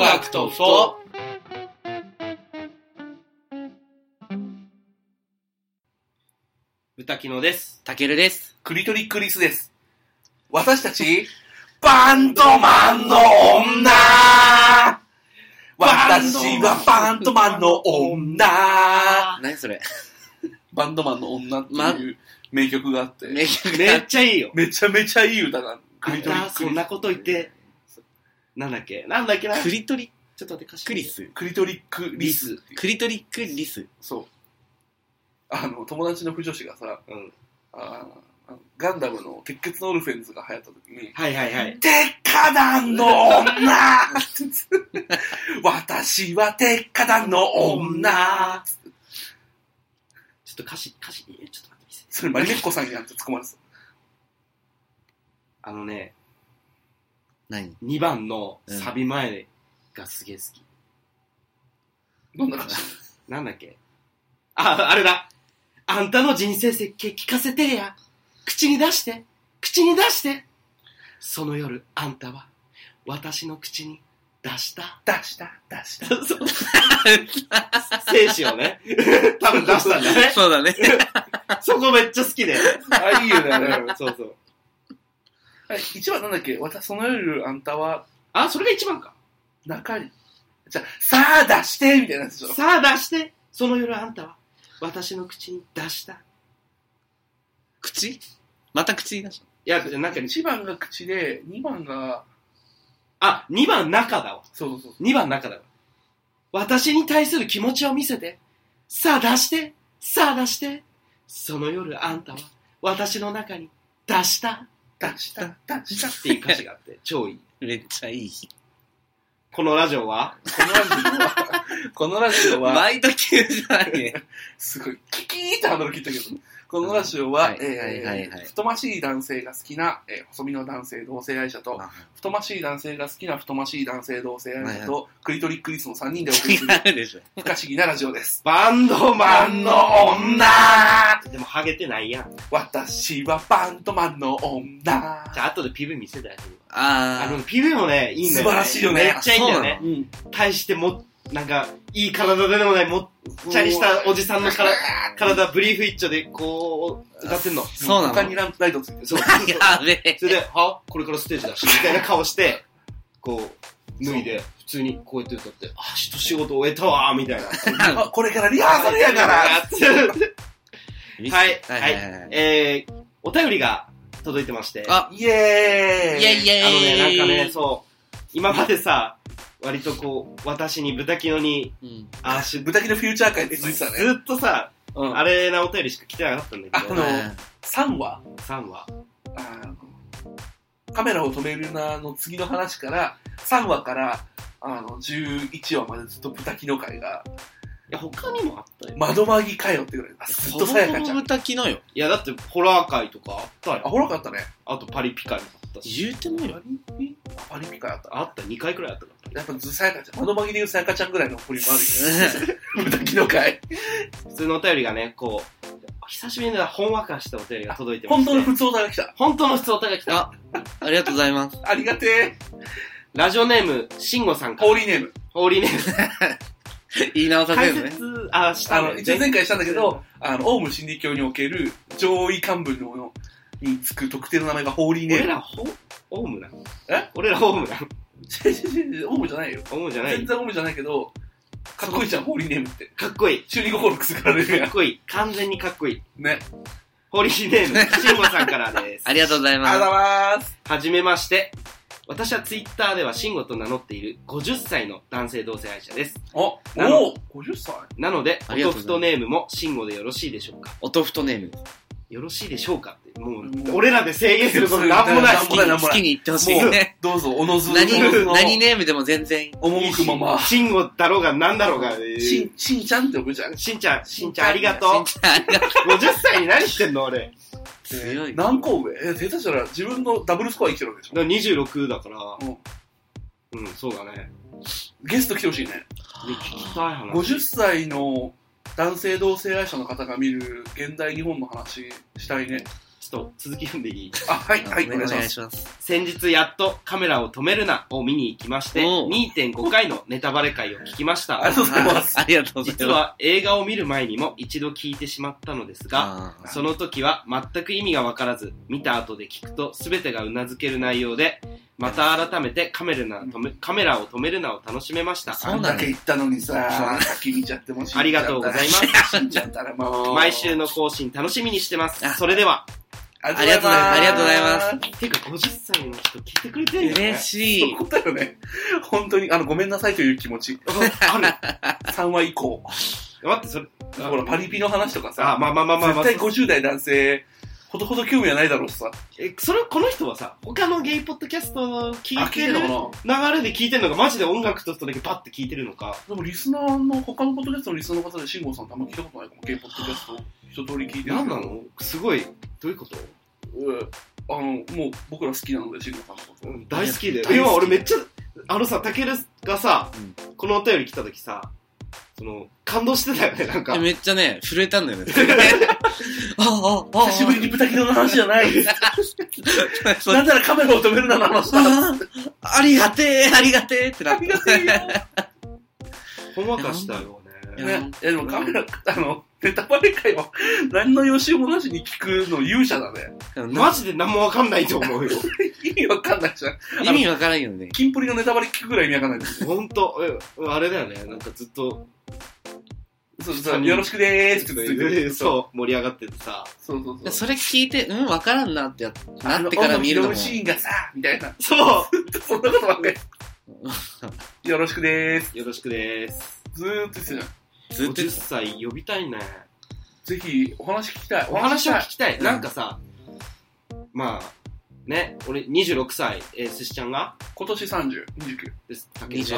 学とふと。 豚キノです。 たけるです。 クリトリックリスです。私たちバンドマンの女。私はバンドマンの女。 何それ。 バンドマンの女っていう名曲があって、 めっちゃいいよ。 めちゃめちゃいい歌がクリトリックリス。そんなこと言ってなんだっけな。 クリトリちょっと待って、 クリス。 クリトリックリス。 クリトリックリス。 そう。友達の不女子がさ、ガンダムの鉄血のオルフェンズが流行った時に、 はいはいはい。 鉄火団の女私は鉄火団の女ちょっと歌詞、ちょっと待って見せて。 それマリメッコさんになんて突っ込まれてた。 何 ?2 番のサビ前がすげえ好き。 どんな歌詞なんだっけあれだ。あんたの人生設計聞かせてや。口に出して。その夜、あんたは私の口に出した。そう精子をね。多分出したんだね。 そうだね。 そこめっちゃ好きで。 あ、いいよね。 そうそう。 はい、1番なんだっけその夜、あんたは。 あ、それが1番か。 中に。じゃあ、さあ出してみたいなやつでしょ。 さあ出して。その夜あんたは私の口に出した。 口また口に出した。 いや、なんか 1番が口で、2番が、 2番中だわ。 そう。 2番中だわ。私に対する気持ちを見せて。さあ出して。その夜あんたは私の中に出した。っていう歌詞があって、超いい。 めっちゃいい。 このラジオはバイト級じゃないね。 すごい、キキーってハードル切ったけど、このラジオは、太ましい男性が好きな、細身の男性同性愛者と、太ましい男性が好きな太ましい男性同性愛者と、クリトリックリスの3人でお送りする、不可思議なラジオです。 バンドマンの女でもハゲてないやん。 私はバンドマンの女。じゃあ後で PV 見せてあげる。PV もね、いいんだよね。 素晴らしいよね。 めっちゃいいんだよね。対してなんか、いい体でもない、もっちゃりしたおじさんの体、ブリーフ一丁で、こう、歌ってんの。 そうなの。 他にランプライトついてる。 そう。 やべえ。 それで、これからステージだし、みたいな顔して、こう、脱いで、普通にこうやって歌って、一仕事終えたわー、みたいな。 これからリハーサルやからはい。お便りが届いてまして。 イエーイなんかね、そう、今までさ、割とこう、私に豚キノに、 豚キノフューチャー会って続いてたね。 ずっとさ、あれなお便りしか来てなかったんだけど。 3話カメラを止めるなの次の話から、3話から、11話までずっと豚キノ会が、 いや、他にもあったよ。 窓マギかよってぐらい。ずっとさやかちゃん。 豚キノよ。 いや、だって、ホラー会とかあったよ。 ホラー会あったね。 あと、パリピ会もあったし。 言うてもよ。 パリピ会あった。 あった、2回くらいあったから。 やっぱさやかちゃん。窓マギで言うさやかちゃんぐらいのポリもあるよ。豚キノ会。 普通のお便りがね、こう、久しぶりにほんわかしたお便りが届いてまして。 本当の普通お便りが来た。 本当の普通お便りが来た。 ありがとうございます。 ありがてえ。 ラジオネーム、しんごさんから。 ホーリーネーム。 言い直させるね。 したの。一応前回したんだけど、オウム真理教における上位幹部のにつく特定の名前がホーリーネーム。 俺らオウムなの？ 俺らオウムなの？ オウムじゃないよ。 オウムじゃない。 全然オウムじゃないけど、かっこいいじゃん、ホーリーネームって。 かっこいい。 中二心くすぐられるやん。 かっこいい。完全にかっこいい。 ね。 ホーリーネーム、しんごさんからです。 ありがとうございます。 ありがとうございます。 はじめまして。私はツイッターではシンゴと名乗っている50歳の男性同性愛者です。 50歳なので、おとふとネームもシンゴでよろしいでしょうか？ おとふとネーム。 よろしいでしょうかって、もう、俺らで制限することなんもない。 好きに言ってほしいね。 どうぞ、おのず何ネームでも全然。 赴くまま。 シンゴだろうがなんだろうが。 しんちゃんって呼ぶじゃん。 しんちゃんありがとう。50歳に何してんの俺。 強い。 何個上？下手したら自分のダブルスコア生きてるわけでしょ。 だから26だから、そうだね。 ゲスト来てほしいね。 聞きたい話。 50歳の男性同性愛者の方が見る現代日本の話したいね。 しちょっと続き読んでいい？ はい、お願いします。 先日やっとカメラを止めるなを見に行きまして、2.5 回のネタバレ会を聞きました。 ありがとうございます。 ありがとうございます。 実は映画を見る前にも一度聞いてしまったのですが、その時は全く意味がわからず、見た後で聞くと全てがうなずける内容で、また改めてカメラを止めるなを楽しめました。 そんだけ言ったのにさ、先見ちゃってもしありがとうございます。 死んじゃったらもう。 毎週の更新楽しみにしてます。それでは。 ありがとうございます。 てか50歳の人聞いてくれてるよね。 嬉しい。 そうだよね。本当に、ごめんなさいという気持ち。 ある。 3話以降。 待って、それ。 ほら、パリピの話とかさ。 まあ。 絶対50代男性、ほどほど興味はないだろうしさ。 この人はさ、他のゲイポッドキャストを聞いてる流れで聞いてるのか、マジで音楽とだけパッて聞いてるのか。 でもリスナーの、他のポッドキャストのリスナーの方で慎吾さんってあんま聞いたことないかも。ゲイポッドキャスト一通り聞いてる。 何なの？すごい。どういうこと？ もう僕ら好きなので、慎吾さんのこと。 大好きで。今俺めっちゃ、さ、たけるがさ、このお便り来た時さ、感動してたよね、なんか。 めっちゃね、震えたんだよね。 久しぶりに豚キノの話じゃない。なんならカメラを止めるなの話だ。 ありがてーってなった。 ありがてーよ。 ほんわかしたよね。 でもカメラ、ネタバレ会は何の予習もなしに聞くの勇者だね。 マジで何もわかんないと思うよ。 意味わかんないじゃん。 意味わからんよね。 キンプリのネタバレ聞くぐらい意味わかんないです。 ほんと、あれだよね。なんかずっと、 そうよろしくでーすって言って。 そう、盛り上がっててさ。 そう。 それ聞いて、わからんなってなってから見るのも。 シーンがさ、みたいな。 そうそんなことばっかり。よろしくでーす。 よろしくでーす。 ずーっと言ってたじゃん。 50歳呼びたいね。 ぜひ、お話聞きたい。 お話を聞きたい。なんかさ、まあ、ね、俺26歳、すしちゃんが今年30、29 です。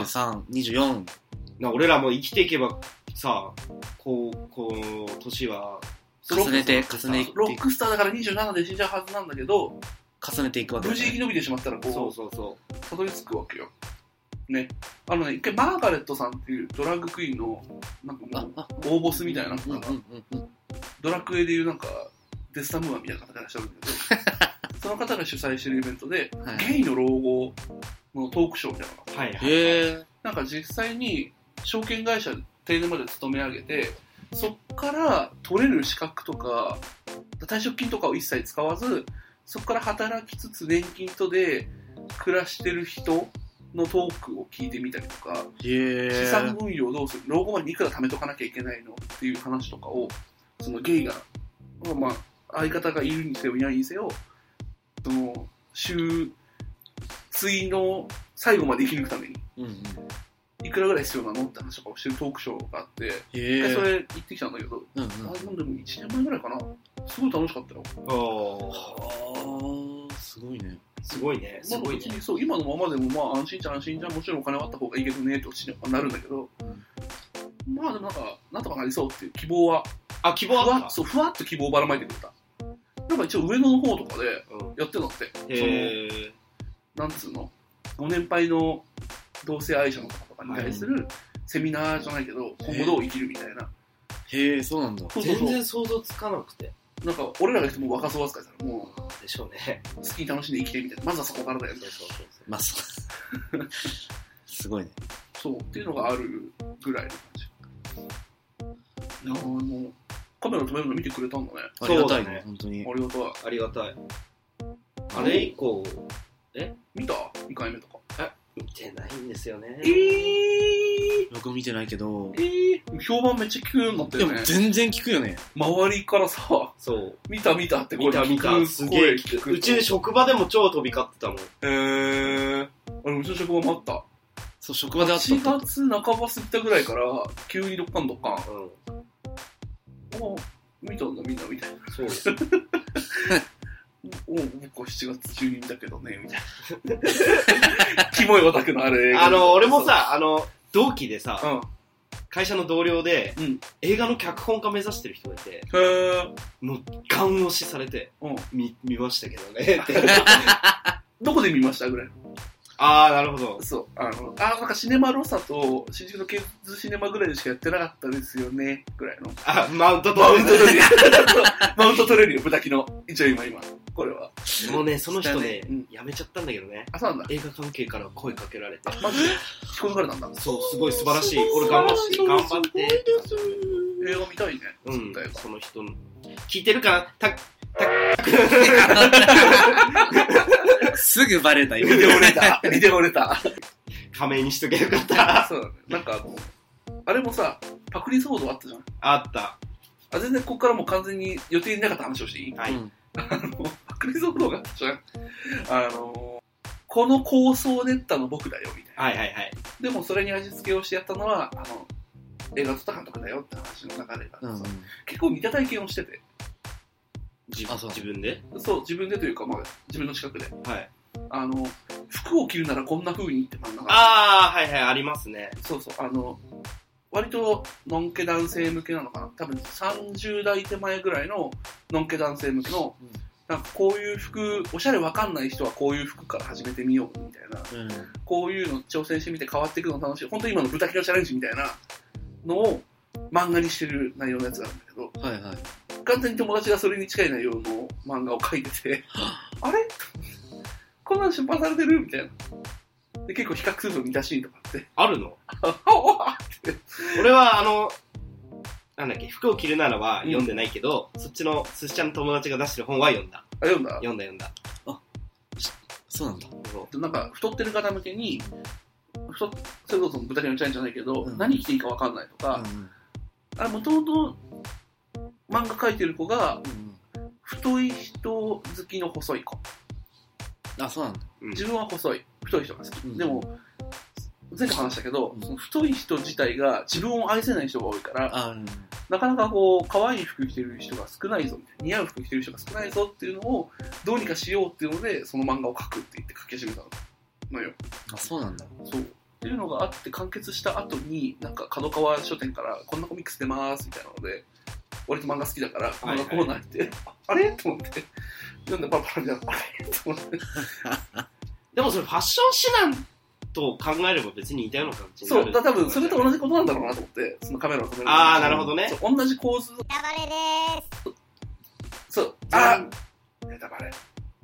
23、24。 俺らも生きていけばさ、年は、 重ねてロックスターだから27で死んじゃうはずなんだけど、 重ねていくわけ無事生き延びてしまったらそうたどり着くわけよ。ね。一回マーガレットさんっていうドラッグクイーンの、なんかもう、大ボスみたいな方が、ドラクエでいうなんか、デスタムーアみたいな方がいらっしゃるんだけど、その方が主催してるイベントで、ゲイの老後のトークショーみたいなのが、なんか実際に証券会社定年まで勤め上げて、そっから取れる資格とか退職金とかを一切使わず、そこから働きつつ年金とで暮らしてる人のトークを聞いてみたりとか、資産運用どうする、老後までいくら貯めとかなきゃいけないのっていう話とかを、そのゲイが、まあ相方がいるにせよいないにせよ、その週追の最後まで生き抜くために、いくらぐらい必要なのって話とかをしてるトークショーがあって、一回それ行ってきたんだけど、でも1年前ぐらいかな、すごい楽しかったよ。 すごいね。 すごいね。すごいね。 そう、今のままでもまあ安心じゃ安心じゃん、もちろんお金はあった方がいいけどねってなるんだけど、まあでもなんとかなりそうっていう希望は、 希望はそう、ふわっと希望をばらまいてくれた。なんか一応上野の方とかでやってるのって、なんつうの、ご年配の同性愛者の方とかに対するセミナーじゃないけど、今後どう生きるみたいな。 へえ、そうなんだ。 全然想像つかなくて。 なんか、俺らが人も若そう扱いされる。もう、でしょうね。 好きに楽しんで生きてみたいな。まずはそこからだよね。 まあ、そう。すごいね。 そう、っていうのがあるぐらいの感じ。もう、カメラ止めるの見てくれたんだね。 ありがたいね、本当に。 ありがたい。 ありがたい。あれ以降、 見た ?2 回目とか。 見てないんですよね。 僕見てないけど。 評判めっちゃ聞くようになってるね。 でも全然聞くよね。 周りからさ、 そう。 見たって声聞く。すげえ聞く。うち職場でも超飛び交ってたもん。 うちの職場もあった。 そう、職場であった。 4月半ば過ぎたぐらいから、急にドッカン。見たんだみんなみたいな。 そう。 僕は7月中に見たけどね、みたいな。キモいオタクのあれ。 俺もさ、同期でさ、会社の同僚で、映画の脚本家目指してる人がいて、もうガン押しされて、見ましたけどね。 どこで見ましたぐらいなるほど。 そう。なんかシネマロサと新宿のケーズシネマぐらいでしかやってなかったですよね、ぐらいの。 マウント取れる。 マウント取れるよ、豚キの。一応今、これは。 もうね、その人ね、辞めちゃったんだけどね。 そうなんだ。 映画関係から声かけられて。 マジで聞こえからなんだ。 そう、すごい素晴らしい。俺頑張って。 映画見たいね。 その人の。聞いてるかなすぐバレたよ。 見ておれた。 仮名にしとけよかった。 そうだね。なんかあれもさ、パクリ騒動あったじゃん。 あった。 全然ここからもう完全に予定になかった話をしていい？ はい。 パクリ騒動があったじゃん。この構想練ったの僕だよ、みたいな。 はいはいはい。 でもそれに味付けをしてやったのは、映画撮った監督だよって話の中で、結構似た体験をしてて。 自分で？ そう、自分でというか、自分の近くで。 はい。 服を着るならこんな風にって漫画がはいはい、ありますね。 そうそう、割と、のんけ男性向けなのかな。多分30代手前ぐらいののんけ男性向けの、なんかこういう服、おしゃれわかんない人はこういう服から始めてみようみたいな、こういうの挑戦してみて変わっていくの楽しい。本当に今の豚キのチャレンジみたいなのを漫画にしてる内容のやつがあるんだけど、 はいはい。 完全に友達がそれに近い内容の漫画を描いてて、あれこんなの出版されてるみたいな。で、結構比較すると似たシーンとかあって。 あるの？ って。 俺はなんだっけ、服を着るならは読んでないけど、そっちの寿司ちゃんの友達が出してる本は読んだ。 読んだ。 そうなんだ。 なんか、太ってる方向けに、それこそ豚キのチャレンジじゃないけど、何着ていいか分かんないとか、もともと漫画描いてる子が、太い人好きの細い子。 そうなんだ。 自分は細い、太い人が好き。でも、前回話したけど、その太い人自体が自分を愛せない人が多いから、なかなか可愛い服着てる人が少ないぞみたいな、似合う服着てる人が少ないぞっていうのをどうにかしようっていうので、その漫画を描くって言って書き始めたのよ。 そうなんだ。 そう。っていうのがあって完結した後に、なんか角川書店からこんなコミックス出ますみたいなので、割と漫画好きだから、漫画コーナー行って、あれと思って、読んでパラパラじゃん、あれと思って。 でもそれファッション誌なんと考えれば別に似たような感じになる。 そう、多分それと同じことなんだろうなと思って、そのカメラを止める。 なるほどね。 そう、同じ構図。ネタバレでーす。そう、ネタバレ。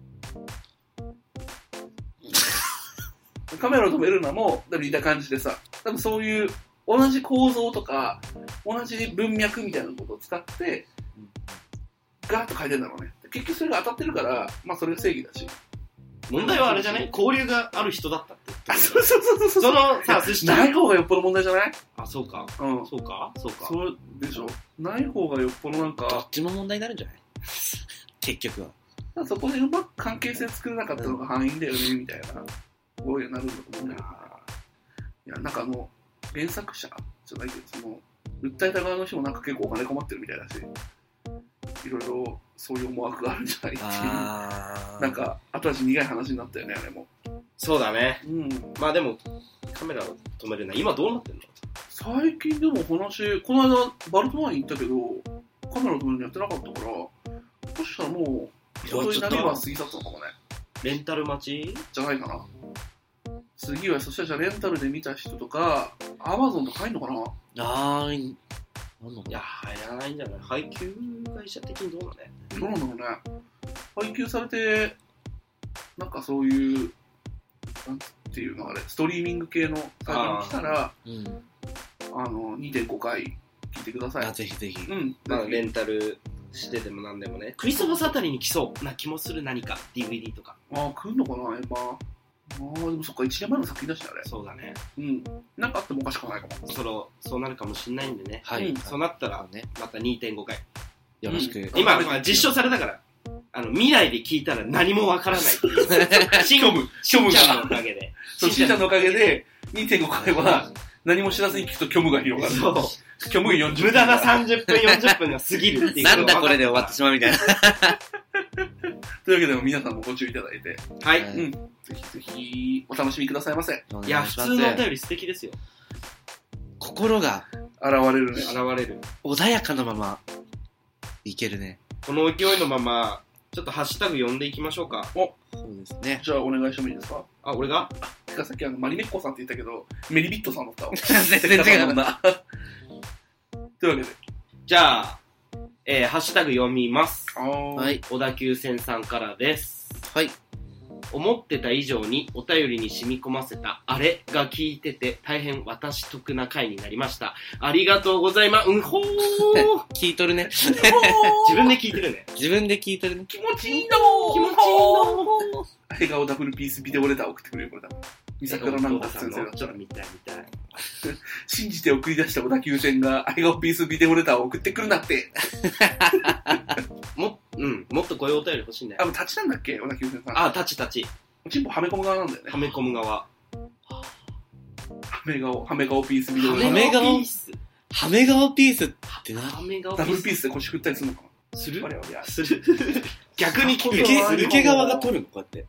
カメラを止めるのも、多分似た感じでさ、多分そういう同じ構造とか、同じ文脈みたいなことを使って、ガーッと書いてるんだろうね。結局それが当たってるから、それが正義だし。 問題はあれじゃない？交流がある人だったって。 そう。 そのさ、寿司ちゃん。 ない方がよっぽど問題じゃない？ そうか。そうか。 そうでしょ。ない方がよっぽどなんか。 どっちも問題になるんじゃない？結局は。 そこでうまく関係性作れなかったのが範囲だよね、みたいな。こういうなるんだと思うんだよな。いや、なんか原作者じゃないけど、訴えた側の人もなんか結構お金困ってるみたいだし、いろいろそういう思惑があるんじゃないっていう、なんか後味苦い話になったよね、あれも。 そうだね。でも、カメラを止めるな。今どうなってんの？ 最近でもこの間バルトナイン行ったけど、カメラを止めるのやってなかったから、もしかしたらもう、人とになれば過ぎ去ったのかもね。レンタル待ちじゃないかな。次はそしたらじゃあレンタルで見た人とか、アマゾンとか入んのかな？ いや、入らないんじゃない？配給会社的にどうだね。 どうなんだろうね。配給されて、なんかそういう、なんていうのあれ、ストリーミング系のサイトに来たら、2.5 回聞いてください。 ぜひぜひ。 レンタルしてでもなんでもね。クリスマスあたりに来そうな気もする何か、DVD とか。 来んのかな、でもそっか、1年前の作品だしね、あれ。 そうだね。 なんかあってもおかしくないかも。 そうなるかもしんないんでね。 はい。 そうなったら、また 2.5 回。 よろしく。 今、実証されたから、未来で聞いたら何もわからないっていう。しんちゃんのおかげで。 しんちゃんのおかげで、2.5 回は何も知らずに聞くと虚無が広がる。そう。虚無40分。 無駄な30分、40分が過ぎるっていう。 なんだこれで終わってしまうみたいな。 というわけで皆さんもご注意いただいて。 はい。 ぜひぜひお楽しみくださいませ。 いや、普通のお便り素敵ですよ。 心が現れるね。 現れる。 穏やかなままいけるね。 この勢いのまま、ちょっとハッシュタグ読んでいきましょうか。 そうですね。 じゃあお願いしてもいいですか？ 俺が？ かさっきマリメッコさんって言ったけど、メリビットさんだったわ。 全然違うな。というわけで。 じゃあ、ハッシュタグ読みます。 はい。 小田急線さんからです。 はい。 思ってた以上にお便りに染み込ませたあれが聞いてて大変私得な回になりました。ありがとうございます。うんほー聞いとるね。 自分で聞いてるね。 自分で聞いとるね。 気持ちいいの気持ちいいの笑顔ダブルピースビデオレター送ってくれるこれだ。三桜なんか先生だ。 ちょっと見たい。 信じて送り出した小田急線が笑顔ピースビデオレターを送ってくるなって。 もっとこういうお便り欲しいね。 立ちなんだっけ小田急線さん。 立ち。 チンポはめ込む側なんだよね。 はめ込む側。 はめ顔ピースビデオレター。 はめ顔ピースってな。 ダブルピースで腰振ったりするのかな。 するする。逆に聞く。 受け側が取るのこうやって。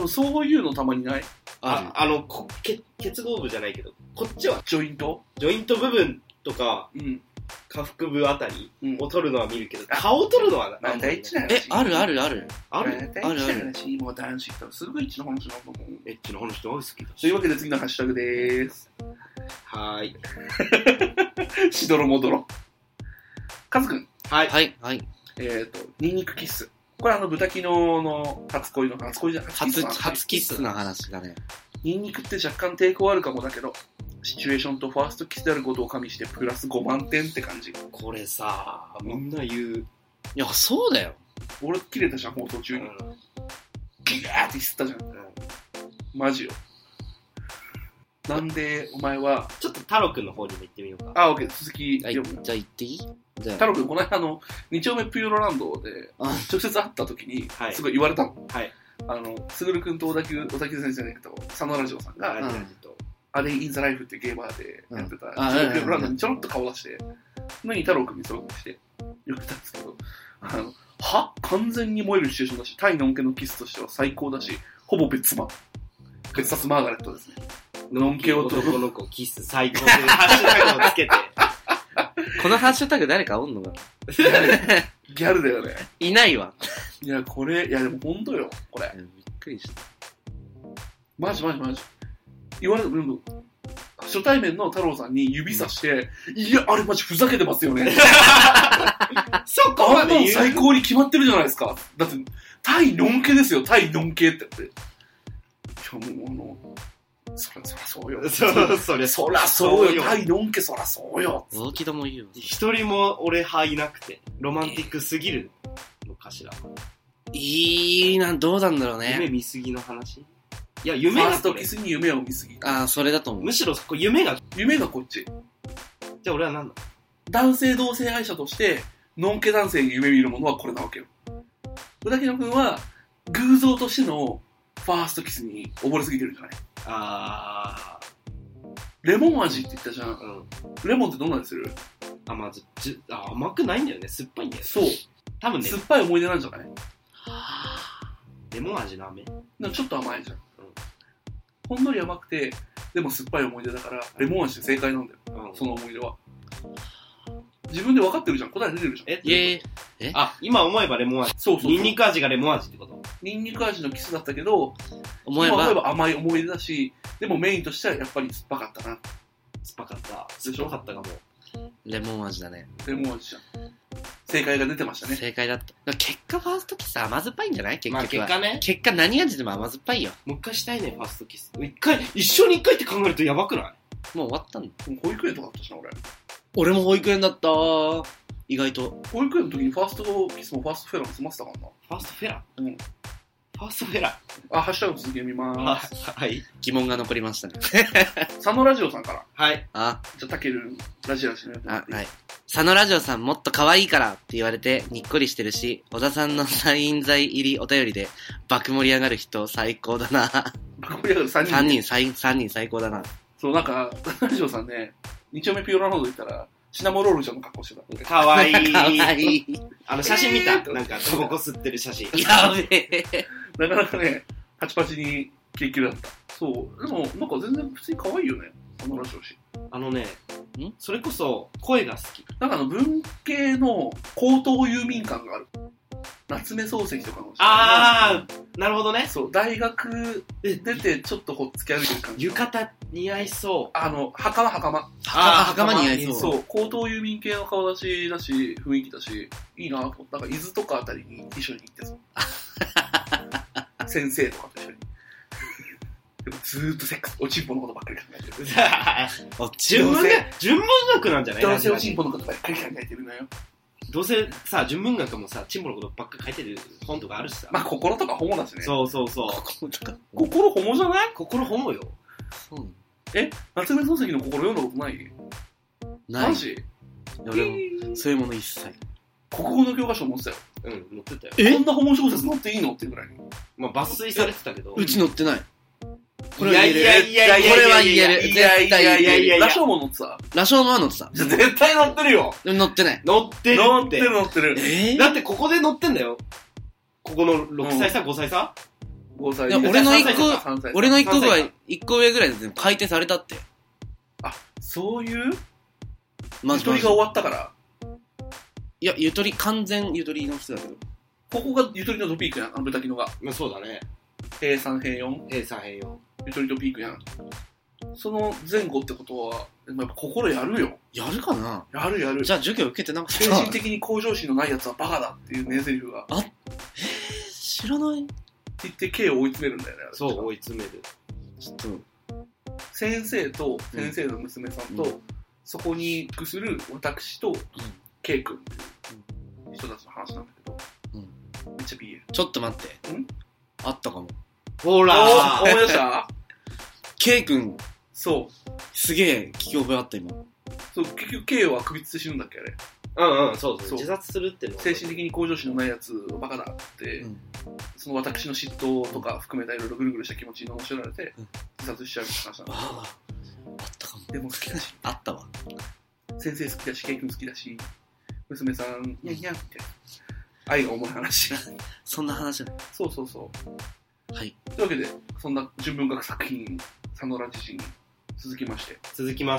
そういうのたまにない？ 結合部じゃないけど、こっちはジョイント部分とか、下腹部あたりを取るのは見るけど、顔を取るのはなんだエッチな話。 ある。 エッチな話、もう男子とすぐエッチな話なんだもん。 エッチな話って好きだ。 というわけで次のハッシュタグでーす。 はーい。 しどろもどろ。カズくん。 はい。 ニンニクキッス。これ豚キノの初恋じゃない初キスの話だね。 ニンニクって若干抵抗あるかもだけど、シチュエーションとファーストキスであることを加味してプラス5万点って感じ。 これさ、みんな言う。 いや、そうだよ。 俺切れたじゃん、放送中に。ギャーって吸ったじゃん。マジよ。なんで、お前は。 ちょっと太郎くんの方にも行ってみようか。 オッケー、続き読む。 じゃあ行っていい？ 太郎くん、この間2丁目ピューロランドで、直接会った時に、すごい言われたの。 はい。 すぐるくんと小田急先生と佐野ラジオさんが、アデイ・イン・ザ・ライフっていうゲーマーでやってた、ピューロランドにちょろっと顔出して、のに太郎くんにそうして言ってたんですけど、完全に燃えるシチュエーションだし、対のんけのキスとしては最高だし、ほぼ別冊マーガレットですね。のんけ男の子キス最高でハッシュタグをつけて。 このハッシュタグ誰かおんのかギャルだよね。 いないわ。 いや、でもほんとよ、これ。 びっくりした。 マジ。言われた、初対面の太郎さんに指さして、いや、あれマジふざけてますよね。 そこまで言う。 最高に決まってるじゃないですか。だって、対のんけですよ、対のんけって言って。いや、もうそらそうよ。そらそうよ。対のんけそらそうよ。 大木戸も言うよ。 一人も俺派いなくて、ロマンティックすぎるのかしら。 いいな、どうなんだろうね。 夢見すぎの話？いや、夢がファーストキスに夢を見すぎ。 それだと思う。 むしろ夢がこっち。 じゃあ俺は何だ？ 男性同性愛者として、のんけ男性に夢見るものはこれなわけよ。宇田木野くんは、偶像としてのファーストキスに溺れすぎてるんじゃない？レモン味って言ったじゃん。レモンってどんなんする？ 甘くないんだよね。酸っぱいんだよね。 そう。 多分ね。 酸っぱい思い出なんじゃない？ レモン味の飴？ ちょっと甘いじゃん。ほんのり甘くて、でも酸っぱい思い出だから、レモン味で正解なんだよ。その思い出は。自分で分かってるじゃん。答え出てるじゃん。 今思えばレモン味。そう。ニンニク味がレモン味ってこと？ ニンニク味のキスだったけど、 思えば甘い思い出だし、でもメインとしてはやっぱり酸っぱかったな。 酸っぱかった。酸っぱかったかも。 レモン味だね。 レモン味じゃん。正解が出てましたね。 正解だった。結果ファーストキス甘酸っぱいんじゃない？結局は。 結果何味でも甘酸っぱいよ。 もう一回したいね、ファーストキス。一緒に一回って考えるとやばくない？ もう終わったんだ。 保育園とかだったしな、 俺も保育園だった。意外と。 保育園の時にファーストキスもファーストフェラも済ませたからな。 ファーストフェラ？ファーストフェラ。 ハッシュタグ続き読みまーす。 はい。疑問が残りましたね。 佐野ラジオさんから。 はい。 じゃあ、たけるラジオしないと。 はい。佐野ラジオさんもっと可愛いからって言われてにっこりしてるし、小田さんのサイン剤入りお便りで爆盛り上がる人最高だな。 爆盛り上がる 3人最高だな。 そう、なんか、ラジオさんね、2丁目ピオラノード行ったら、シナモロールちゃんの格好してた。 かわいい。 かわいい。 写真見た？なんか、タバコ吸ってる写真。 やべえ。 なかなかね、パチパチにキレキレだった。そう。でも、なんか全然普通に可愛いよね。そのラジオし。 それこそ、声が好き。 なんか文系の高等遊民感がある。 夏目漱石とかの。 あー、なるほどね。 そう、大学出てちょっとほっつき歩いてる感じ。 浴衣似合いそう。 袴。 袴に似合いそう。 そう、高等郵便系の顔立ちだし、雰囲気だし、いいなと思って、なんか伊豆とかあたりに一緒に行ってさ。先生とかと一緒に。でもずーっとセックス、おちんぽのことばっかり考えてる。 純文学なんじゃない？ 男性おちんぽのことばっかり考えてるのよ。 どうせさ、純文学もさ、チンポのことばっか書いてる本とかあるしさ。 まあ、心とかホモだしね。 そう。 心ホモじゃない？ 心ホモよ。 そう夏目漱石の心読んだことないない。 マジ？ 俺も、そういうもの一切。 国語の教科書持ってたよ。 うん、載ってたよ。 こんなホモ小説載っていいのっていうぐらいに。 まあ、抜粋されてたけど。 うち載ってない。これいやいやいやいやこれは言える。絶対言える。 ラショーも載ってた。 ラショームは載ってた。 絶対載ってるよ。 でも載ってない。 載ってるって。 載ってる。 だってここで載ってんだよ。ここの6歳差、5歳差 ?5 歳。 いや、俺の1個ぐらい、1個上ぐらいで全部改定されたって。 あ、そういうまゆとりが終わったから。 いや、完全ゆとりの人だけど。 ここがゆとりのトピークやん、豚キノが。 まあそうだね。 平3、平4。 平3、平4。 ゆとりとピークやん。その前後ってことは、やっぱ心やるよ。 やるかな？ やる。 じゃあ授業受けてなかった。 精神的に向上心のないやつはバカだっていう名台詞が。 知らない？ って言って K を追い詰めるんだよね。 そう、追い詰める。 ちょっと。 先生と先生の娘さんと、そこに属する私と K 君っていう人たちの話なんだけど、めっちゃ BL。 ちょっと待って。あったかも。 ほら思い出した K 君。 そう。 すげえ聞き覚えあった今。 そう、結局 K は首つって死ぬんだっけあれ。 そう。自殺するっての精神的に向上心のないやつはバカだって、その私の嫉妬とか含めたいろいろぐるぐるした気持ちに罵られて、自殺しちゃうって話なんだ。 あったかも。 でも好きだし。 あったわ。 先生好きだし、K 君好きだし、娘さん、にゃんにゃんって。愛が重い話。 そんな話だ。 そう。 はい。 というわけで、そんな純文学作品、佐野ラ自身続きまして。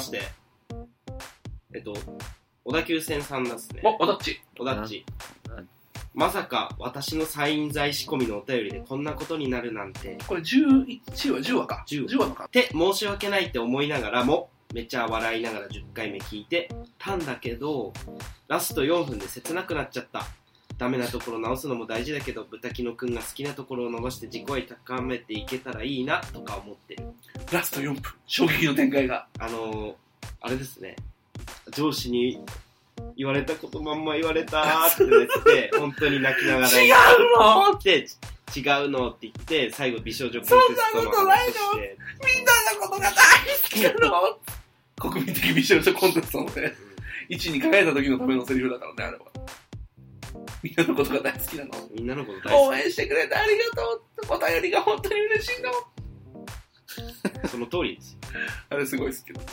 小田急線さんですね。 おだっち。 まさか私のサイン剤仕込みのお便りでこんなことになるなんて。 これ10話か。10話のか。 って申し訳ないって思いながらも、めっちゃ笑いながら10回目聞いてたんだけど、ラスト4分で切なくなっちゃった。ダメなところ直すのも大事だけど、豚キノくんが好きなところを伸ばして自己愛高めていけたらいいなとか思ってる。 ラスト4分。衝撃の展開が。 あれですね。上司に言われたことまんま言われたーって言って本当に泣きながら違うのって違うのって言って最後美少女コンテストの話してそんなことないのみんなのことが大好きなの国民的美少女コンテストのね、1位に輝いた時のためのセリフだからね、あれは。みんなのことが大好きなの。 みんなのこと大好応援してくれてありがとう。お便りが本当に嬉しいの。 き。その通りですよ。 あれすごい好きだった。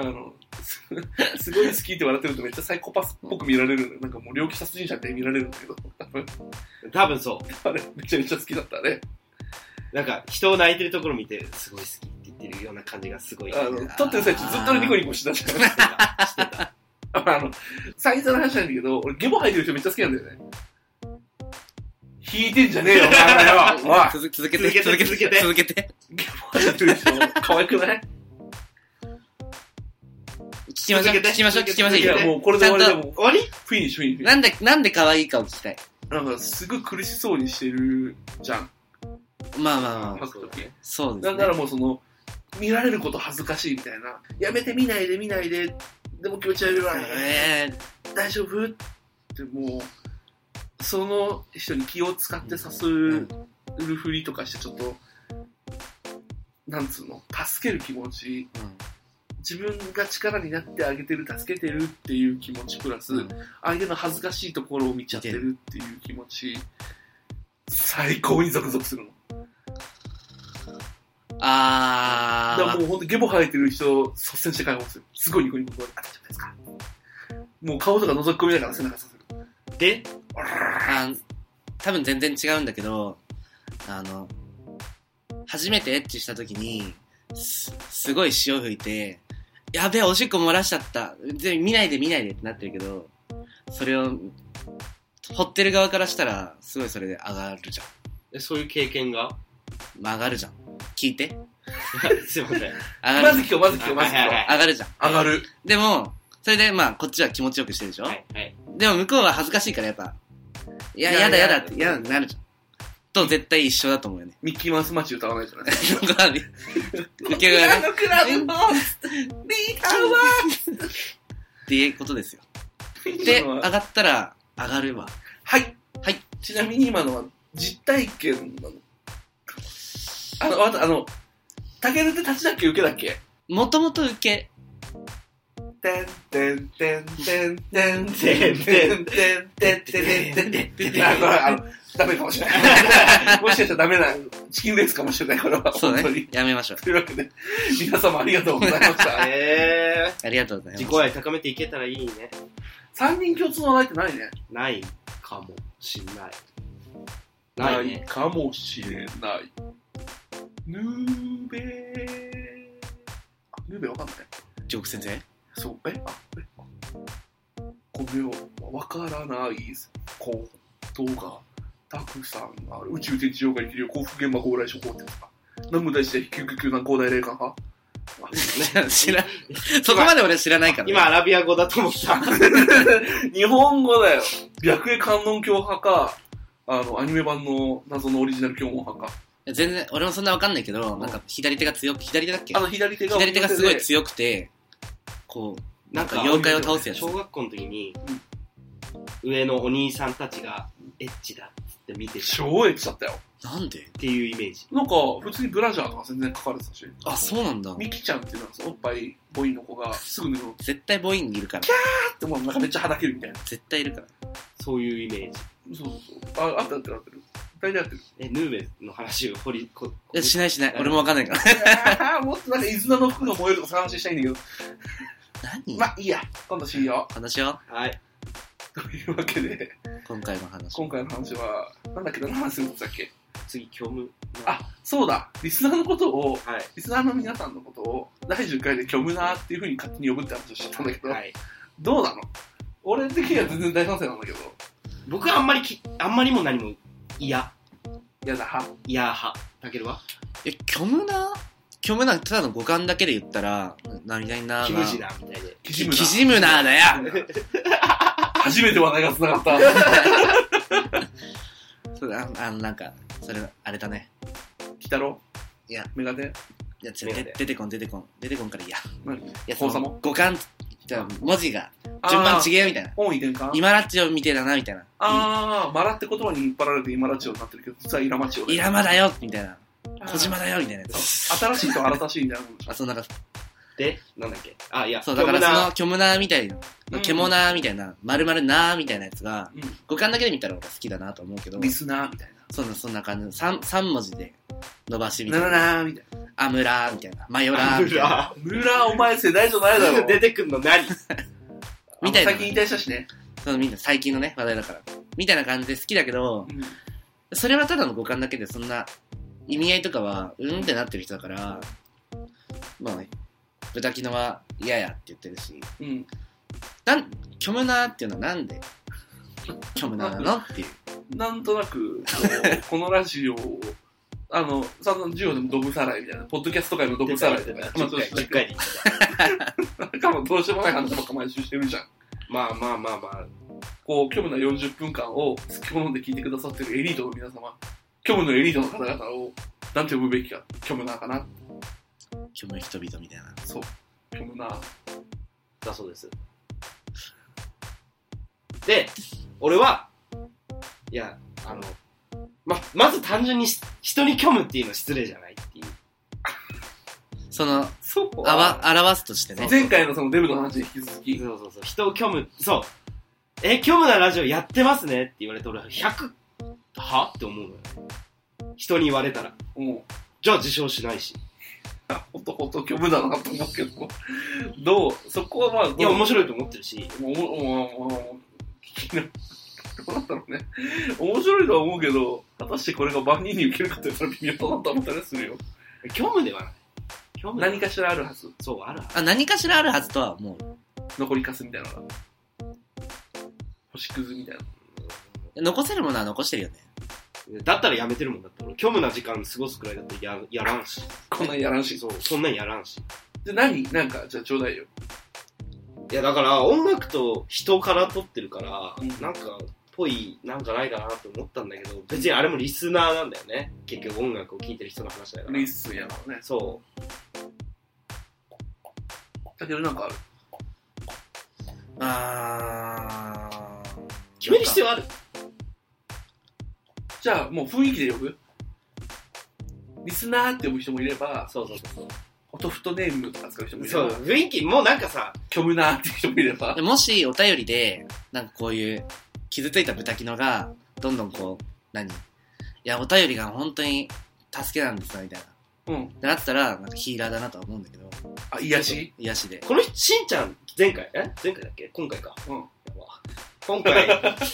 すごい好きって笑ってるとめっちゃサイコパスっぽく見られる。なんかもう猟奇殺人者って見られるんだけど、 多分そう。 あれめちゃめちゃ好きだったね。 なんか人を泣いてるところ見てすごい好きって言ってるような感じがすごい。 撮ってる最中ずっとニコニコしてたじゃん。 してた。 最初の話なんだけど、俺ゲボ吐いてる人めっちゃ好きなんだよね。引いてんじゃねえよ、お前らよ。 続けて。 ゲボ吐いてる人、可愛くない？ 聞きましょう。 いや、もうこれで終わりでも終わり？ フィニッシュ。 なんで可愛いかを聞きたい。 なんかすごい苦しそうにしてるじゃん。 まあ。 吐くとき。 そうですね。 だからもう見られること恥ずかしいみたいな。やめて見ないで。でも気持ち悪いわ。大丈夫ってもう、その人に気を使ってさするふりとかしてちょっと、なんつうの、助ける気持ち、自分が力になってあげてる、助けてるっていう気持ちプラス、相手の恥ずかしいところを見ちゃってるっていう気持ち、最高にゾクゾクするの。だからもうほんとゲボ吐いてる人率先して解放する。すごいニコニコ大丈夫ですか？もう顔とか覗き込みながら背中させる。 で、 多分全然違うんだけど、初めてエッチした時にすごい潮吹いて、やべえおしっこ漏らしちゃった、見ないでってなってるけど、それを掘ってる側からしたらすごいそれで上がるじゃん。 そういう経験が上がるじゃん。聞いて。 すいません。 上がる。 まず今日。 上がるじゃん。 上がる。 でも、それでまあこっちは気持ちよくしてるでしょ。 はいはい。 でも向こうは恥ずかしいからやっぱ、やだってなるじゃん。と絶対一緒だと思うよね。 ミッキーマウスマッチ歌わないじゃない。 受け側ね。 クラブのリーダーはっていうことですよ。で、上がったら上がるわ。 はい。 はい。 ちなみに今のは実体験なの。タケルって立ちだっけ受けだっけ。 もともと受け。 てんてんてんてんてんてんてんてんてんてんてんてんてん。ダメかもしれない。もしかしたらダメなチキンレースかもしれない。これはそう本当にね。やめましょう。 というわけで皆様ありがとうございました。 ありがとうございます。 自己愛高めていけたらいいね。 3人共通の話題ってないね。 ないかもしんない。 ないね。 かもしれない。ヌーベわかんない。 ジョーク先生。 そう、これをわからないことがたくさんある。宇宙で地上が生きるよ、幸福現場高麗処方ってさ。南無大師で救急救難高大霊感派。 知らん。そこまで俺知らないから、ね。 今アラビア語だと思った。 日本語だよ。白衣観音教派か、アニメ版の謎のオリジナル教文派か。 全然、俺もそんなわかんないけど、なんか左手が強く、左手だっけ？ 左手がすごい強くて、こう、なんか妖怪を倒すやつ。 小学校の時に、上のお兄さんたちがエッチだって見てた。 超エッチだったよ。 なんで？ っていうイメージ。 なんか、普通にブラジャーとか全然書かれてたし。 あ、そうなんだ。 ミキちゃんっていうのはおっぱいボーイの子がすぐ脱ぐの。 絶対ボーインにいるから。 キャーってもうなんかめっちゃはだけるみたいな。 絶対いるから。 そういうイメージ。 そう。あってる。大体合ってる。 ヌーベの話をしない。俺もわかんないから。 もっとなんか、伊豆の服が燃えるとか話したいんだけど。 何？ まあ、いいや。今度しよう。 話しよう。はい。というわけで、 今回の話は、なんだっけ、何の話するんだっけ？ 次、虚無。 あ、そうだ。リスナーのことを、 はい。 リスナーの皆さんのことを、第10回で虚無なーっていう風に勝手に呼ぶって話をしちゃったんだけど、 はい。 どうなの？俺的には全然大賛成なんだけど。 僕はあんまりも何も嫌派。 たけるは虚無な、ただの五感だけで言ったら、何々なーキムジナーみたいで。 キジムナーだよ初めて話題が繋がった。 そうだ、なんか、それ、あれだね。 来たろ？ いや、 メガネ？ いや、出てこんからいいや。 何？ いや、 交差も？ 五感、じゃあ文字が、順番違えよみたいな。 本意伝か？ 今ラッチョみてえだな、みたいな。 マラって言葉に引っ張られて今ラッチョになってるけど、実はイラマチオ。 イラマだよみたいな。小島だよみたいなやつ。 新しいと新しいみたいなもんでしょ。 あ、そうなんか。 で、なんだっけ？あ、いや、 そう、だからその、虚無なーみたいな、獣なーみたいな、丸々なーみたいなやつが、五感だけで見たら俺好きだなと思うけど。 リスナーみたいな。 そんな感じ。3文字で伸ばしみたいな。 なーみたいな。 アムラーみたいな。マヨラーみたいな。 ムラーお前世代じゃないだろ。 出てくんの何？ みたいな。 最近引退したしね。 そう、最近のね、話題だから。みたいな感じで好きだけど、それはただの五感だけでそんな意味合いとかは、ってなってる人だから、まあね、豚キノは嫌やって言ってるし、虚無なーっていうのはなんで虚無なのっていう。 なんとなく、このラジオを、さんの授業でもドブさらいみたいな、ポッドキャスト界のドブさらいみたいな。 10回に。 なんかもうどうしようもない話ばっか毎週してるじゃん。 まあ。 こう、虚無な40分間を好き好んで聞いてくださってるエリートの皆様、虚無のエリートの方々を、なんて呼ぶべきか、虚無なかな。 虚無人々みたいな。 そう。虚無な。 だそうです。で、俺は、いや、まず単純に人に虚無っていうのは失礼じゃないっていう。 表すとしてね。 前回のそのデブの話に引き続き。 そう。人を虚無、そう。虚無なラジオやってますねって言われて俺100、はって思うのよ。人に言われたら。じゃあ自称しないし。 ほんと虚無だなと思うけど、そこはまあ、 いや、面白いと思ってるし。 どうなんだろうね。面白いとは思うけど、果たしてこれが万人に受けるかと言ったら微妙だなと思ったりするよ。 虚無ではない。 何かしらあるはず。 そう、あるはず。何かしらあるはずとは思う。 残りかすみたいなのが。星屑みたいな。 残せるものは残してるよね。 だったらやめてるもんだって俺虚無な時間過ごすくらいだってやらんし。 こんなんやらんし。 そう、そんなんやらんし。 じゃあなんか、じゃあちょうだいよ。 いやだから音楽と人から撮ってるから、 うんなんかぽいなんかないかなと思ったんだけど、別にあれもリスナーなんだよね。結局音楽を聴いてる人の話だから。 リスやからね。 そう。 だけどなんかある。 決める必要ある？ じゃあもう雰囲気で呼ぶ？リスナーって呼ぶ人もいれば、 そう。 オトフトネームとか使う人もいれば、 そう、雰囲気、もうなんかさ、 虚無なーっていう人もいれば。 もしお便りで、なんかこういう傷ついた豚キノが、どんどんこう、いや、お便りが本当に助けなんですよ、みたいな。ってなってたら、なんかヒーラーだなとは思うんだけど。 あ、癒しで。 この人、しんちゃん、前回だっけ今回か。 うん。 やば今回、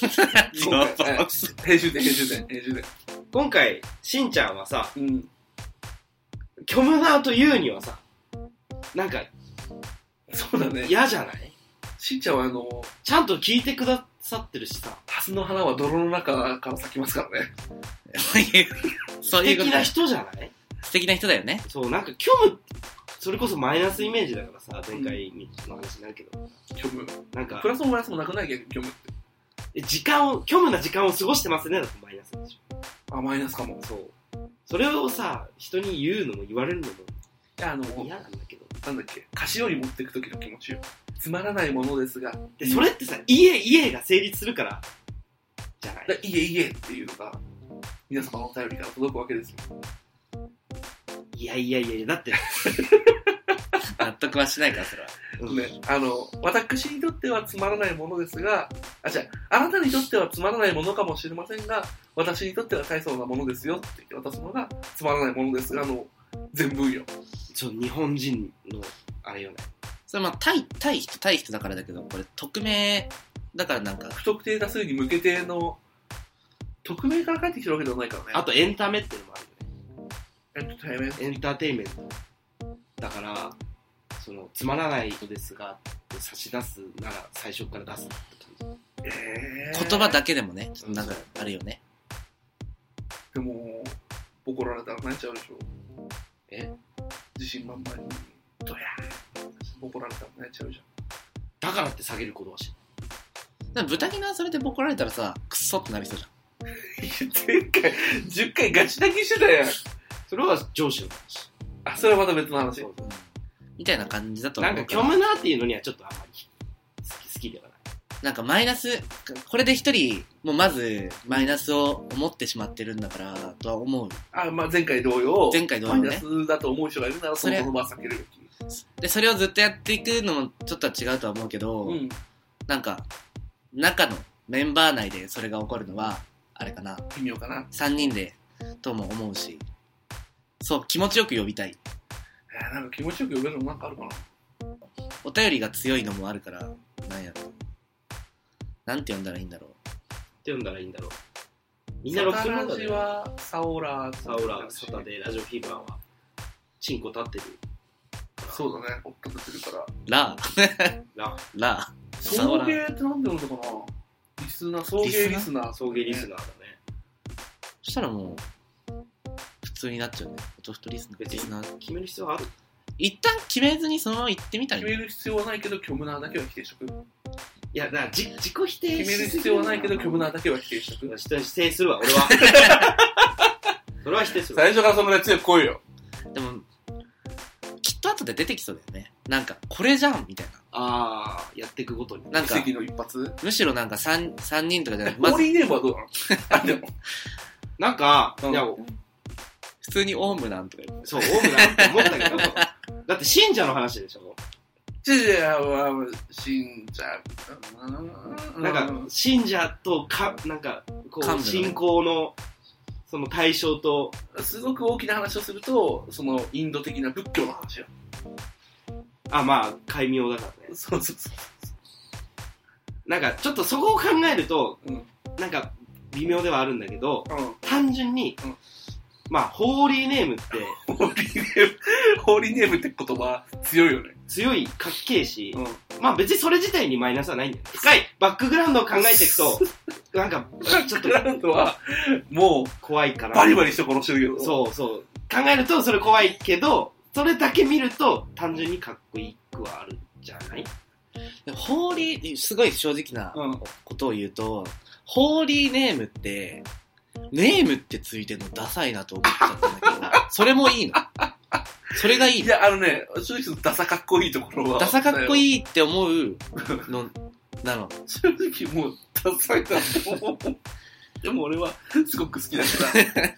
編集で。 今回、しんちゃんはさ、 うん。 虚無なというにはさ、なんか、 そうだね。 嫌じゃない？ しんちゃんはちゃんと聞いてくださってるしさ。 ハスの花は泥の中から咲きますからね。 そう素いうことだよ。 敵な人じゃない？ 素敵な人だよね。 そう、なんか虚無、それこそマイナスイメージだからさ、前回の話になるけど。 虚無。 なんかプ、ラスもマイナスもなくないけど、虚無って。 虚無な時間を過ごしてますね、だとマイナスでしょ。 あ、マイナスかも。 そう。それをさ、人に言うのも言われるのもいや、 嫌なんだけど。 なんだっけ、菓子折り持ってくときの気持ちよ。つまらないものですが。 で、それってさ、家が成立するから、じゃない？ 家っていうのが、皆様のお便りから届くわけですよ。 いや、だって、 納得はしないから、それは。 ね、私にとってはつまらないものですが、あなたにとってはつまらないものかもしれませんが、私にとっては大層なものですよって渡すのが、つまらないものですが、全文よ。 日本人の、あれよね。 それ対人だからだけど、これ、匿名だからなんか。 不特定多数に向けての、匿名から返ってきてるわけではないからね。 あとエンタメっていうのもあるよね。 エンターテイメント。だから、つまらないのですが、差し出すなら最初から出すって感じ。 言葉だけでもね、なんかあるよね。 でも、ボコられたら泣いちゃうでしょ。自信満々に、ドヤーボコられたら泣いちゃうじゃん。 だからって下げることはしない。豚キノはそれでボコられたらさ、クッソってなりそうじゃん。 前回、10回ガチ泣きしてたやん。 それは上司の話。 あ、それはまた別の話。 みたいな感じだと思うから。 なんか虚無なっていうのにはちょっとあまり好きではない。 なんかマイナス、これで一人、もうまずマイナスを思ってしまってるんだから、とは思う。 まあ前回同様。 ね。 マイナスだと思う人がいるなら、その場は避けるべき。 で、それをずっとやっていくのもちょっとは違うとは思うけど、なんか、中のメンバー内でそれが起こるのは、あれかな。 微妙かな。 3人で、とも思うし、そう、気持ちよく呼びたい。 なんか気持ちよく呼べるのなんかあるかな。 お便りが強いのもあるから、なんやろ。なんて呼んだらいいんだろう。 って呼んだらいいんだろう。みんなロックンロールだね。 はサオラ、 サタデー、ラジオフィーバーは、チンコ立ってる。 そうだね、追っかけてるから。 ラ送迎ってなんで呼んだかな。リスナー、送迎リスナー。 送迎リスナーだね。 そしたらもう、普通になっちゃうね。音太リスナー。 別に決める必要ある？ 一旦決めずにそのまま行ってみたい。 決める必要はないけど、虚無なだけは否定しとく。 いや、だから自己否定決める必要はないけど、虚無なだけは否定しとく。 否定するわ、俺は。それは否定するわ。 最初からそのぐらい強く来いよ。 でも、きっと後で出てきそうだよね。なんか、これじゃんみたいな。 やっていくごとに。 なんか、 奇跡の一発むしろなんか3人とかじゃなくて、 ホーリーネームはどうなの？でも。 なんか、いや、 普通にオウムなんとか言って。 そう、オウムなんて思ったけど、だって信者の話でしょ。 信者。 なんか、信者となんか、こう、信仰の、その対象と、 すごく大きな話をすると、その、インド的な仏教の話よ。 まあ、戒名だからね。 そう。 なんか、ちょっとそこを考えると、なんか、微妙ではあるんだけど、単純に、 まあ、ホーリーネームって、 ホーリーネームって言葉強いよね。 強い、かっけえし、 うん。 まあ別にそれ自体にマイナスはないんだよ。深いバックグラウンドを考えていくと、なんか、ちょっとグラウンドは、も怖いかな。 う、バリバリ人殺してるけど。 そうそう。考えるとそれ怖いけど、それだけ見ると単純にかっこいいくはあるんじゃない？ ホーリー、すごい正直なうん。 ことを言うと、ホーリーネームって、ネームってついてるのダサいなと思っちゃったんだけど、それもいいの。それがいいの。 いや、正直ダサかっこいいところは。 ダサかっこい。 いいって思うの、なの。 正直もう、ダサいなと思う。でも俺は、すごく好きだから、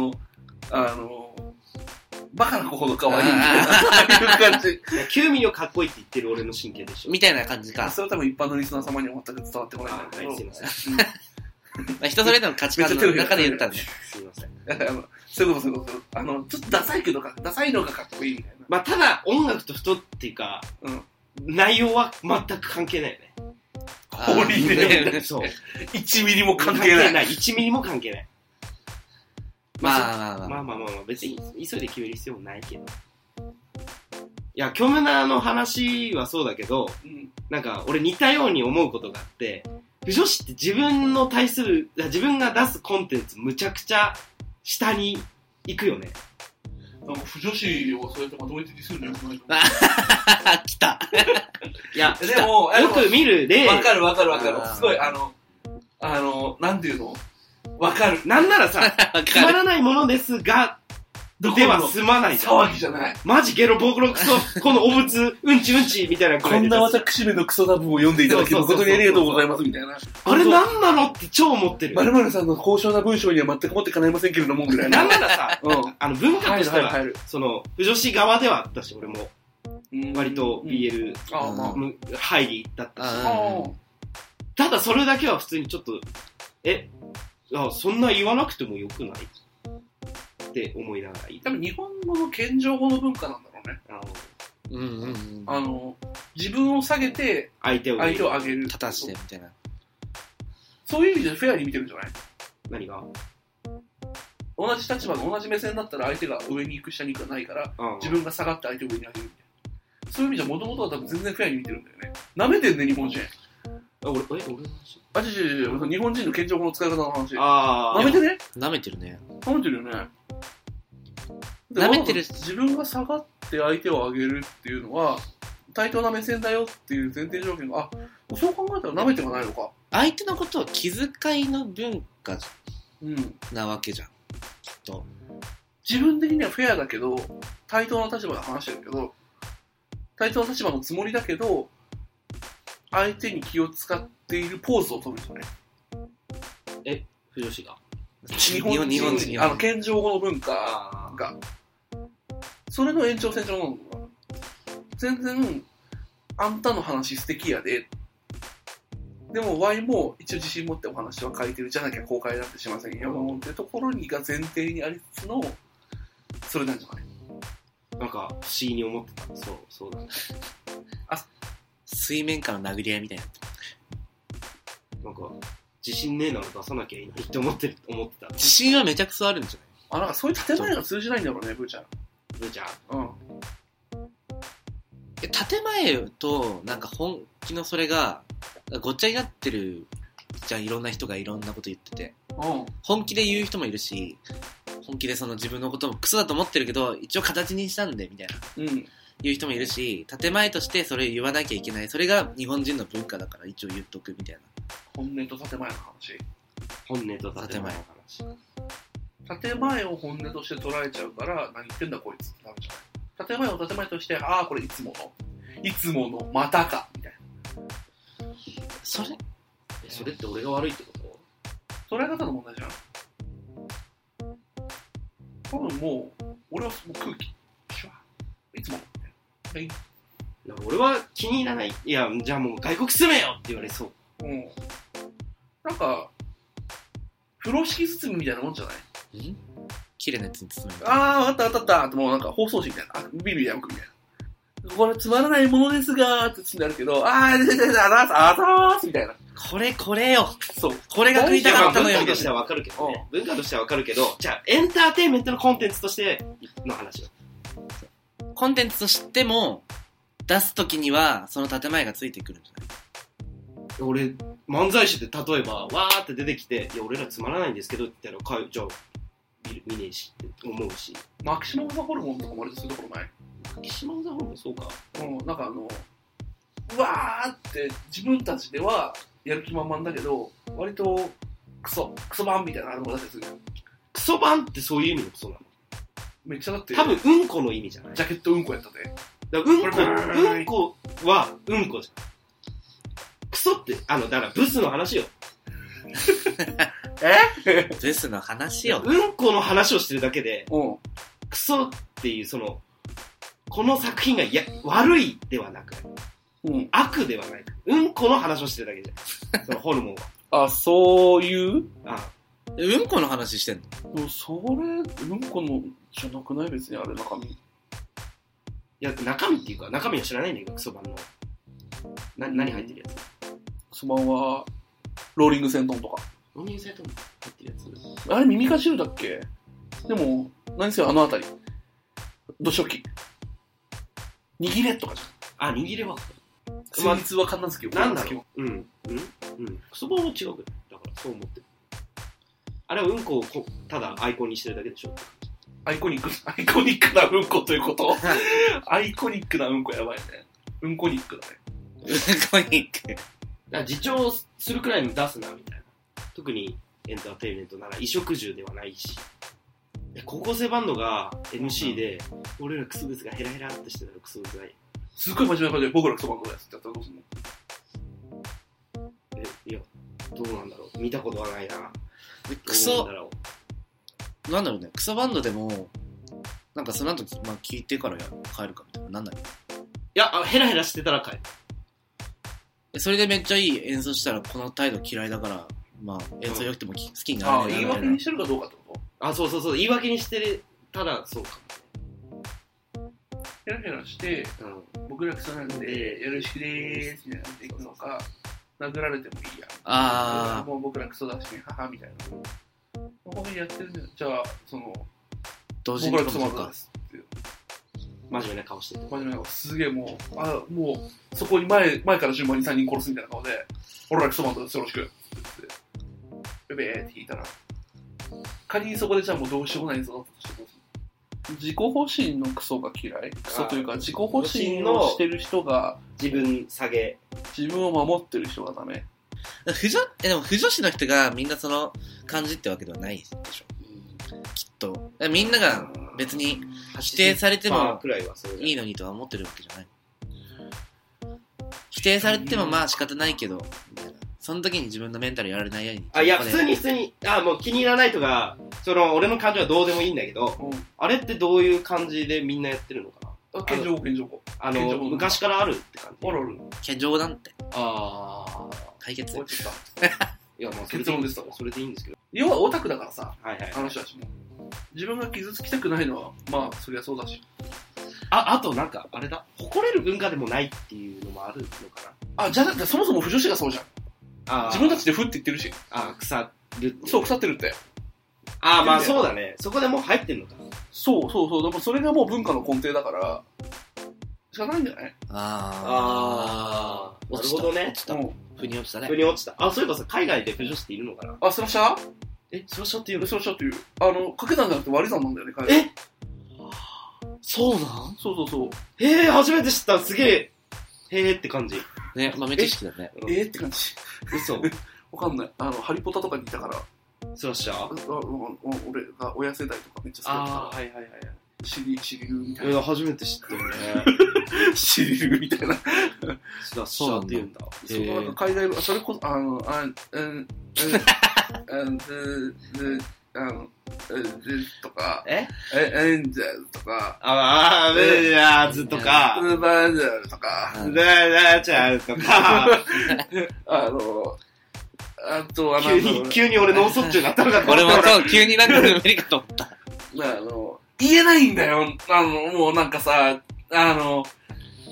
バカな子ほど可愛いみたいな、ああいう感じ。 9ミリをかっこいいって言ってる俺の神経でしょ。 みたいな感じか。 それは多分一般のリスナー様には全く伝わってこないんだけど。 はい、すいません。すまあ人それぞれの価値観の中で言ったらね。 いません。 そういうこと。ちょっとダサいけどダサいのがかっこいいみたいな。 まあただ音楽と太っていうか、内容は全く関係ないよね。 ホーリーネーム。 そう。 1ミリも関係ない。 1ミリも関係ない。 まあ、 まあ、別に急いで決める必要もないけど。いや、キョムナの話はそうだけど、なんか俺似たように思うことがあって、不女子って自分が出すコンテンツむちゃくちゃ下に行くよね。 なんか不女子をそうやってまとめてディスるのよくないと来た。 いや、 でも、 よく見るで、 わかる。すごい、なんていうのわかる。 なんならさ、つまらないものですが、では済まないじゃん。 騒ぎじゃない。 マジゲロボコロクソ、このお物、うんちみたいなこんな私めのクソダブを読んでいただけ誠にありがとうございますみたいな。 あれなんなのって超思ってる。 〇〇さんの高尚な文章には全くもって叶いませんけれども、ぐらいな。 なんならさ、文化としては入る、 その、不女子側ではあったし、俺も、割と BL、入りだったし。ただそれだけは普通にちょっと、そんな言わなくてもよくないって思いながら多分日本語の謙譲語の文化なんだろうね。自分を下げて相手を上げる。 立たしてみたいな。 そういう意味でフェアに見てるんじゃない？ 何が？ 同じ立場の同じ目線だったら相手が上に行く下に行くがないから、自分が下がって相手を上に上げるみたいな。そういう意味じゃ元々は多分全然フェアに見てるんだよね。舐めてんね、日本人。 俺の話？ 違う、日本人の謙譲語の使い方の話。 舐めてね？ 舐めてるね。 舐めてるよね。 舐めてる。 自分が下がって相手を上げるっていうのは、対等な目線だよっていう前提条件が、そう考えたら舐めてはないのか。 相手のことを気遣いの文化なわけじゃん。きっと。 自分的にはフェアだけど、対等な立場で話してるけど、対等な立場のつもりだけど、相手に気を使っているポーズを取るんですよね。 不女子が日本人謙譲語の文化が、それの延長線上なのかな。全然、あんたの話素敵やで。でも、ワイも一応自信持ってお話は書いてるじゃなきゃ公開なんてしませんよ。ってところにが前提にありつつの、それなんじゃない？ なんか、不思議に思ってた。そうだね。 水面下の殴り合いみたいな。 なんか、自信ねえなら出さなきゃいいのにって思ってた。 自信はめちゃくそあるんじゃない？ なんかそういう建前が通じないんだろうね、ブーちゃん。 ブーちゃん？ 建前と、なんか本気のそれが、ごっちゃになってるじゃん、いろんな人がいろんなこと言ってて。本気で言う人もいるし、本気でその自分のこともクソだと思ってるけど、一応形にしたんで、みたいな。言う人もいるし、建前としてそれを言わなきゃいけない。それが日本人の文化だから一応言っとくみたいな。 本音と建前の話。 本音と建前の話。 建前を本音として捉えちゃうから、何言ってんだこいつってなるじゃない。建前を建前として、これいつもの、またか、みたいな。 それって俺が悪いってこと？ 捉え方の問題じゃん。多分もう、俺はもう空気、いつも。 俺は気に入らない。いや、じゃあもう外国住めよって言われそう。 なんか、風呂敷包みみたいなもんじゃない？ 綺麗なやつに包む。 あったってもうなんか包装紙みたいな。ビリビリ破くみたいな。 これつまらないものですがーってなるけど、あざーすみたいな。 これよ。 そう。 これが食いたかったのよ。 文化としてはわかるけどね。文化としてはわかるけど、じゃあエンターテインメントのコンテンツとしての話を。 コンテンツとしても、出すときには、その建前がついてくるんじゃない？ 俺、漫才師って例えば、わーって出てきて、いや、俺らつまらないんですけどって言ったら、じゃあ、見ねえしって思うし。 マキシマムザホルモンとかもあれするところない？ マキシマムザホルモンそうか。 なんかうわーって自分たちではやる気満々だけど、割とクソバンみたいなのが出せする。 クソバンってそういう意味のクソなの？ めっちゃだって。 多分、うんこの意味じゃない？ ジャケットうんこやったで。 だからうんこはうんこじゃん。クソって、だからブスの話よ。 ブスの話よ。 うんこの話をしてるだけで、 うん。 クソっていうこの作品が悪いではなく、 うん。 悪ではない。うんこの話をしてるだけじゃん。そのホルモンは。 あ、そういううんこの話してんの？ それ、うんこのじゃなくない？別にあれ中身。 いや、中身っていうか、中身は知らないんだけど、クソ版の。何入ってるやつ？ クソバンは、ローリングセントンとか。 ローリングセントン入ってるやつ？ あれ耳かじるだっけ？でも、何せよあのあたり。土初期。握れとかじゃん。握れは。 戦律は神奈月を。 なんだろう。クソ版は違うけど、だからそう思ってる。あれはうんこをただアイコンにしてるだけでしょ。 アイコニックなうんこということアイコニックなうんこやばいね。うんこニックだね。 うんこニック。 自重するくらいの出すな、みたいな。特にエンターテインメントなら衣食住ではないし。高校生バンドが MC で、俺らクソブスがヘラヘラってしてたらクソブスがすっごい真面目な感じで僕らクソバンドのやつってやったらどうすんの？ いや、どうなんだろう。見たことはないな。 クソ、なんだろうね。クソバンドでも、なんかその後、聞いてから帰るかみたいな。なんだろう。 いや、ヘラヘラしてたら帰る。 それでめっちゃいい演奏したら、この態度嫌いだから、演奏良くても好きになる言い訳にしてるかどうかってこと？ そう。言い訳にしてる。ただ、そうか。 ヘラヘラして、僕らクソなんで、よろしくでーすみたいなっていくのか、殴られてもいいや。もう僕らクソだしね、母みたいな。ここにやってるんだよ。じゃあ、 同時に僕らクソバンドですっていう。 真面目な顔してて。 真面目な顔。すげえもう、そこに前から順番に3人殺すみたいな顔で、俺らクソバンドですよろしくって言って、ベベーって弾いたら、仮にそこでじゃあもうどうしようもない演奏だったとしてどうする？自己保身のクソが嫌い？クソというか、自己保身をしてる人が、 自分を守ってる人がダメ。 でも、不女子の人がみんなその感じってわけではないでしょ。きっと。みんなが別に否定されてもいいのにとは思ってるわけじゃない。否定されても仕方ないけど、みたいな。その時に自分のメンタルやられないように。 いや、普通に、もう気に入らないとか、俺の感情はどうでもいいんだけど、あれってどういう感じでみんなやってるのかな？ 健常語。 昔からあるって感じ。 ある。 健常なんて。解決。 終わっちゃった。いや、結論でした。 それでいいんですけど。 要はオタクだからさ、 あの人たちも。自分が傷つきたくないのは、そりゃそうだし。 あとなんか、あれだ、誇れる文化でもないっていうのもあるのかな。じゃあ、そもそも不女子がそうじゃん。自分たちでふって言ってるし。 腐るって。 そう、腐ってるって。 そうだね。そこでもう入ってんのかな。 そう。でもそれがもう文化の根底だから、しかないんじゃない？ なるほどね。 腑に落ちたね。 腑に落ちた。そういえばさ、海外で不女子っているのかな？ スラッシャー？ スラッシャーっていうの？ スラッシャーっていう。掛け算じゃなくて割り算なんだよね、海外。 そうなん？ そう。 初めて知った。すげえ。って感じ。 ね、豆知識だね。 って感じ。 嘘。 わかんない。ハリポタとかにいたから。 スラッシャー？ 俺が親世代とかめっちゃ好きだったから。シリルみたいな。 初めて知ったよね。 シリルみたいな。 スラッシャーって言うんだ。 海外、それこそ、とか、エンジェルとか、 ベルヤーズとか、 バージャルとか、 ラチャーとか、 あと急に俺脳卒中になったのかと思った。 俺もそう、急になんか無理かと思った。 言えないんだよ。もうなんかさ、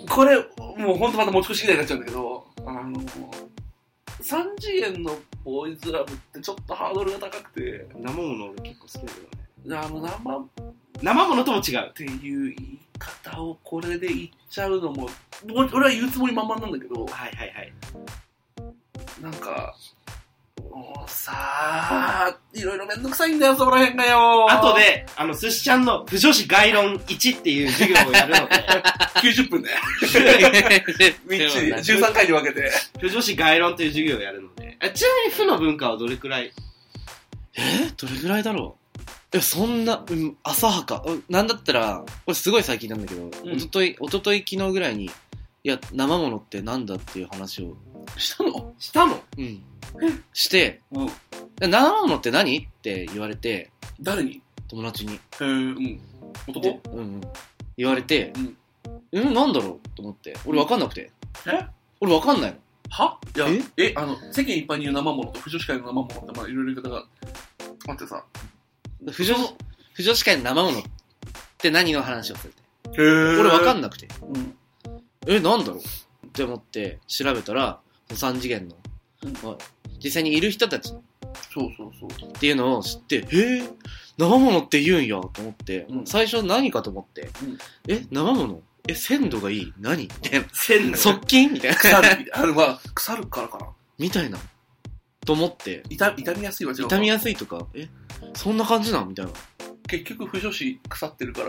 これ、もうほんとまた持ち越しみたいになっちゃうんだけど、3次元のボーイズラブってちょっとハードルが高くて、 生もの俺結構好きだけどね。生ものとも違うっていう言い方をこれで言っちゃうのも、俺は言うつもり満々なんだけど、 はいはいはい。 なんか、もうさあ、いろいろめんどくさいんだよ、そこら辺がよ。 あとで、寿司ちゃんの不女子概論1っていう授業をやるので、 90分で。みっちり、13回に分けて。 不女子概論という授業をやるので。ちなみに負の文化はどれくらい？ どれぐらいだろう。そんな、浅はか。なんだったら、これすごい最近なんだけど、一昨日昨日ぐらいに、いや、生ものってなんだっていう話を。 したのうん。して、生ものって何って言われて、 誰に？ 友達に。 男？ 言われて、なんだろうと思って。俺分かんなくて。俺分かんないの。 はいや、世間一般に言う生ものと不女子会の生ものってまあいろいろ言い方があってさ。 不女子会の生ものって何の話をされて。俺分かんなくて。なんだろうって思って調べたら、3次元の、実際にいる人たちっていうのを知って、生ものって言うんやと思って、最初何かと思って、生もの鮮度がいい何みたいな。 鮮度側近みたいな。 腐るからかなみたいな。と思って。 痛みやすいわ、 痛みやすいとか、そんな感じなんみたいな。 結局不女子腐ってるから、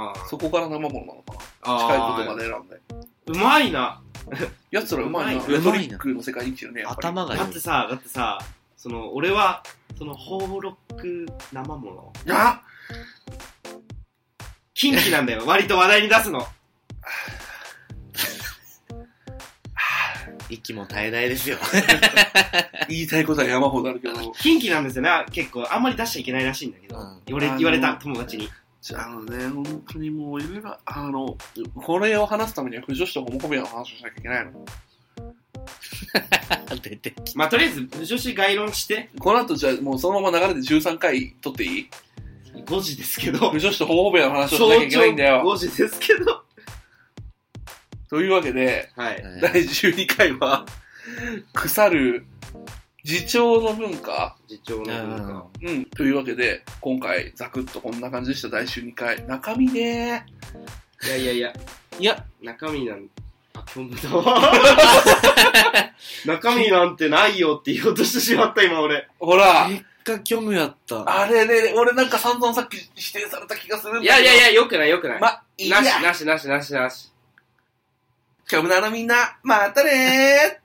そこから生ものなのかな。近いことまで選んで。 うまいな。 奴らうまいな。レトリックの世界に来てるね。 頭がいい。 だってさ、俺は、ホーロック生もの。キンキなんだよ。割と話題に出すの。 息も絶え絶えですよ。 言いたいことは山ほどあるけど。 キンキなんですよね。結構、あんまり出しちゃいけないらしいんだけど。言われた、友達に。 本当にもういろいろ、これを話すためには不女子とホモフォビアの話をしなきゃいけないの。 出てきた。 まあ、とりあえず、不女子概論して。 この後じゃあもうそのまま流れで13回撮っていい？ 5時ですけど。 不女子とホモフォビアの話をしなきゃいけないんだよ。 5時ですけど。 というわけで、第12回は、腐る自重の文化。 自重の文化。 というわけで、今回ザクッとこんな感じでした。第12回。中身ねー。いや、中身なん虚無だわ。中身なんてないよって言おうとしてしまった、今俺。 ほら。 結果虚無やった。 あれね、俺なんか散々さっき否定された気がするんだけど。 いや、よくない。 いいや。 なし。 虚無なのみんな、またねー。